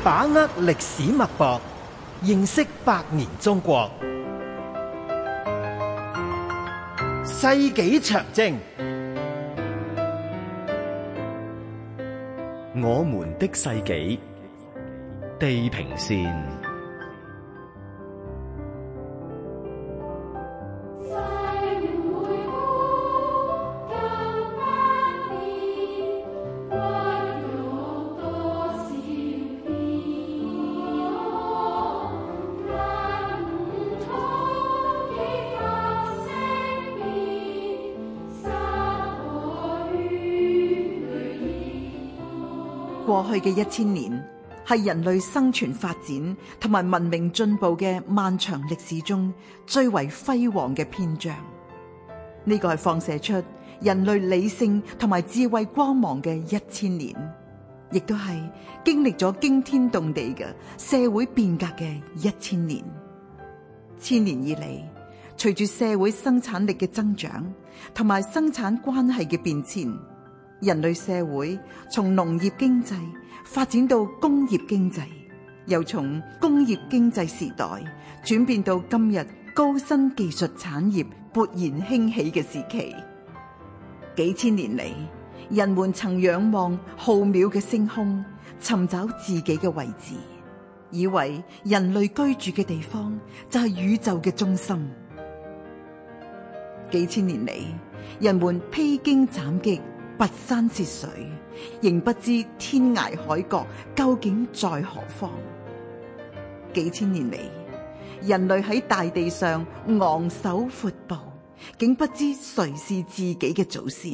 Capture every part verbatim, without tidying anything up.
把握歷史脈搏，認識百年中國。世紀長征， 我們的世紀，地平線。 過去嘅一千年係人類生存發展同埋文明進步嘅漫長歷史中最為輝煌嘅篇章。呢個係放射出人類理性同埋智慧光芒嘅一千年，亦都係經歷咗驚天動地嘅社會變革嘅一千年。千年以嚟，隨住社會生產力嘅增長同埋生產關係嘅變遷，人類社會從農業經濟發展到工業經濟，又從工業經濟時代轉變到今日高新技術產業勃然興起嘅時期。幾千年嚟，人們曾仰望浩渺嘅星空，尋找自己嘅位置，以為人類居住嘅地方就係宇宙嘅中心。幾千年嚟，人們披荊斬棘，跋山涉水，仍不知天涯海角究竟在何方。幾千年嚟，人類喺大地上昂首闊步，竟不知誰是自己嘅祖先。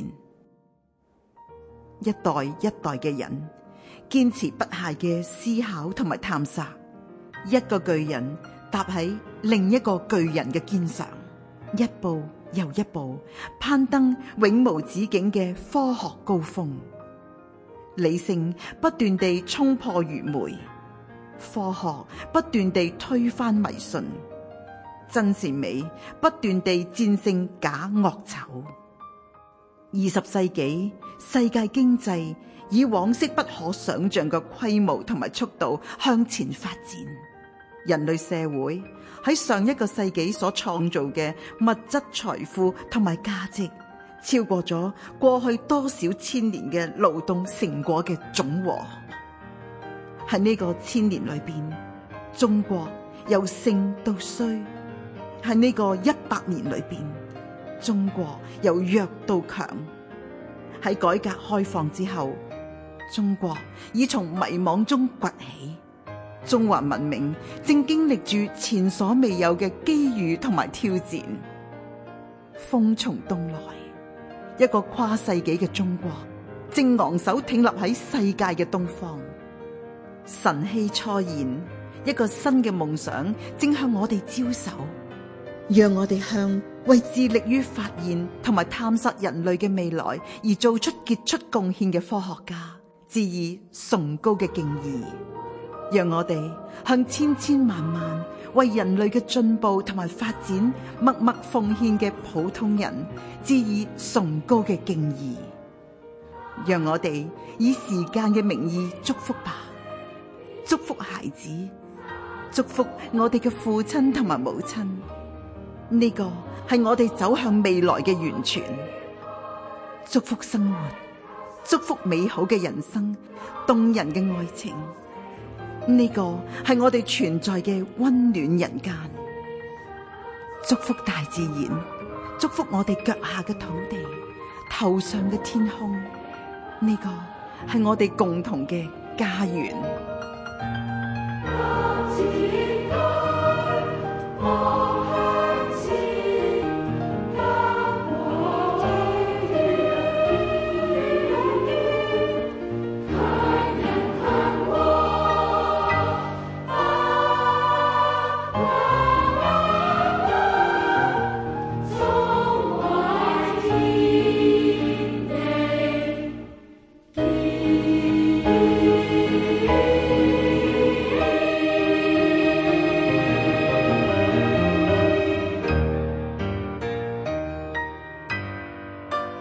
一代一代嘅人堅持不懈嘅思考同埋探索，一個巨人踏喺另一個巨人嘅肩上，一步又一步攀登永無止境嘅科學高峰。理性不斷地衝破愚昧，科學不斷地推翻迷信，真善美不斷地戰勝假惡醜。二十世紀世界經濟以往昔不可想象嘅規模同埋速度向前發展，人類社會喺上一個世紀所創造嘅物質財富同埋價值，超過咗過去多少千年嘅勞動成果嘅總和。喺呢個千年裏邊，中國由盛到衰；喺呢個一百年裏邊，中國由弱到強。喺改革開放之後，中國已從迷惘中崛起。中華文明正經歷住前所未有嘅機遇同埋挑戰。風從東來，一個跨世紀嘅中國正昂首挺立喺世界嘅東方。晨曦初現，一個新嘅夢想正向我哋招手，讓我哋向為致力於發現同埋探索人類嘅未來而做出傑出貢獻嘅科學家致以崇高嘅敬意。讓我哋向千千萬萬為人類嘅進步同埋發展默默奉獻嘅普通人致以崇高嘅敬意。讓我哋以時間嘅名義祝福吧，祝福孩子，祝福我哋嘅父親同埋母親。呢個係我哋走向未來嘅源泉。祝福生活，祝福美好嘅人生，動人嘅愛情。呢個係我哋存在嘅溫暖人間。祝福大自然，祝福我哋腳下嘅土地，頭上嘅天空。呢個係我哋共同嘅家園。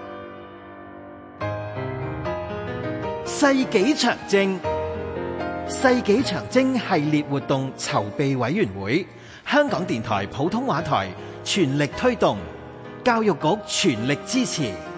世紀長征， 世紀長征系列活動籌備委員會，香港電台普通話台全力推動，教育局全力支持。